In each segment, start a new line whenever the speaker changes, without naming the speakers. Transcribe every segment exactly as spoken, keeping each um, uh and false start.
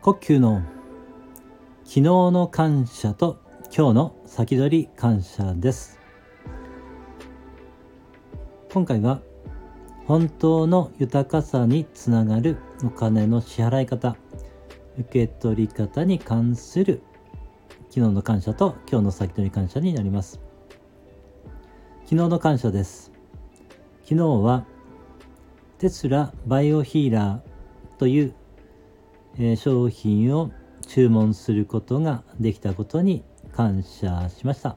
呼吸の昨日の感謝と今日の先取り感謝です。今回は本当の豊かさにつながるお金の支払い方、受け取り方に関する昨日の感謝と今日の先取り感謝になります。昨日の感謝です。昨日はテスラバイオヒーラーという、えー、商品を注文することができたことに感謝しました。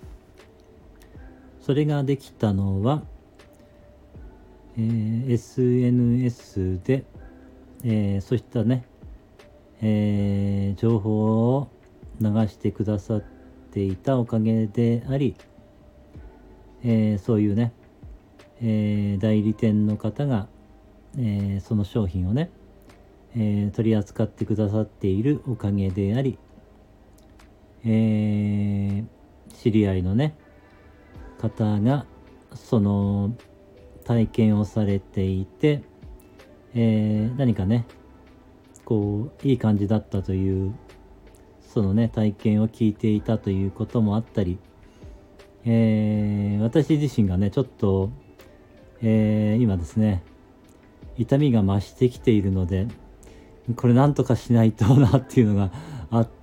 それができたのは、えー、エスエヌエス で、えー、そういったね、えー、情報を流してくださっていたおかげであり、えー、そういうね、えー、代理店の方が、えー、その商品をね、えー、取り扱ってくださっているおかげであり、えー、知り合いのね方がその体験をされていて、えー、何かねこういい感じだったというそのね体験を聞いていたということもあったり、えー、私自身がねちょっと、えー、今ですね痛みが増してきているので、これなんとかしないとなっていうのがあって、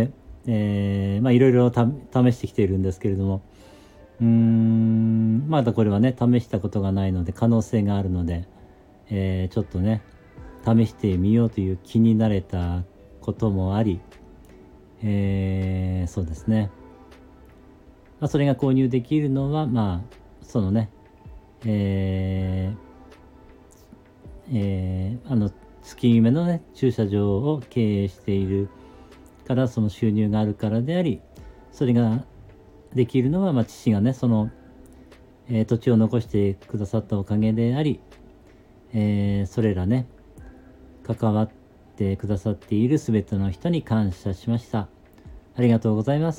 えー、まあいろいろ試してきているんですけれども、うーんまだこれはね試したことがないので可能性があるので、えー、ちょっとね試してみようという気になれたこともあり、えー、そうですね、まあ、それが購入できるのはまあそのねえーえー、あの月決めのね駐車場を経営しているからその収入があるからであり、それができるのは、まあ、父がねその、えー、土地を残してくださったおかげであり、えー、それらね関わってくださっているすべての人に感謝しました。ありがとうございます。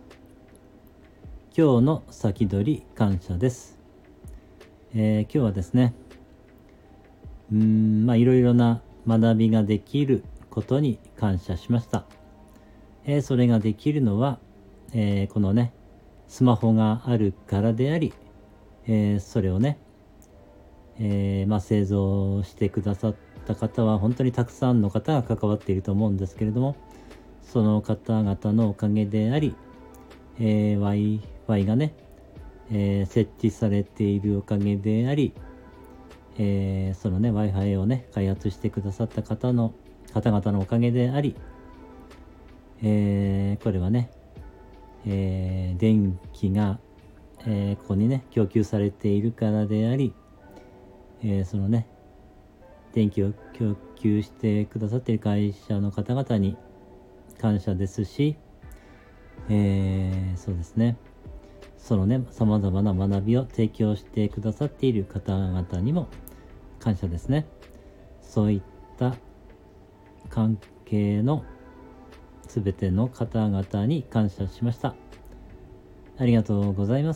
今日の先取り感謝です。えー、今日はですねうーんまあいろいろな学びができることに感謝しました。えー、それができるのは、えー、このねスマホがあるからであり、えー、それをね、えーまあ、製造してくださった方は本当にたくさんの方が関わっていると思うんですけれども、その方々のおかげであり、えー、Wi-Fi がね、えー、設置されているおかげであり、えー、そのね Wi-Fi をね開発してくださった方の方々のおかげであり、えー、これはね、えー、電気が、えー、ここにね供給されているからであり、えー、そのね電気を供給してくださっている会社の方々に感謝ですし、えー、そうですねそのね様々な学びを提供してくださっている方々にも感謝ですね。そういった関係のすべての方々に感謝しました。ありがとうございます。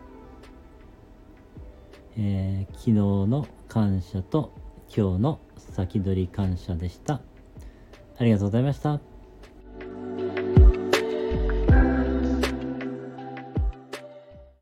えー、昨日の感謝と今日の先取り感謝でした。ありがとうございました。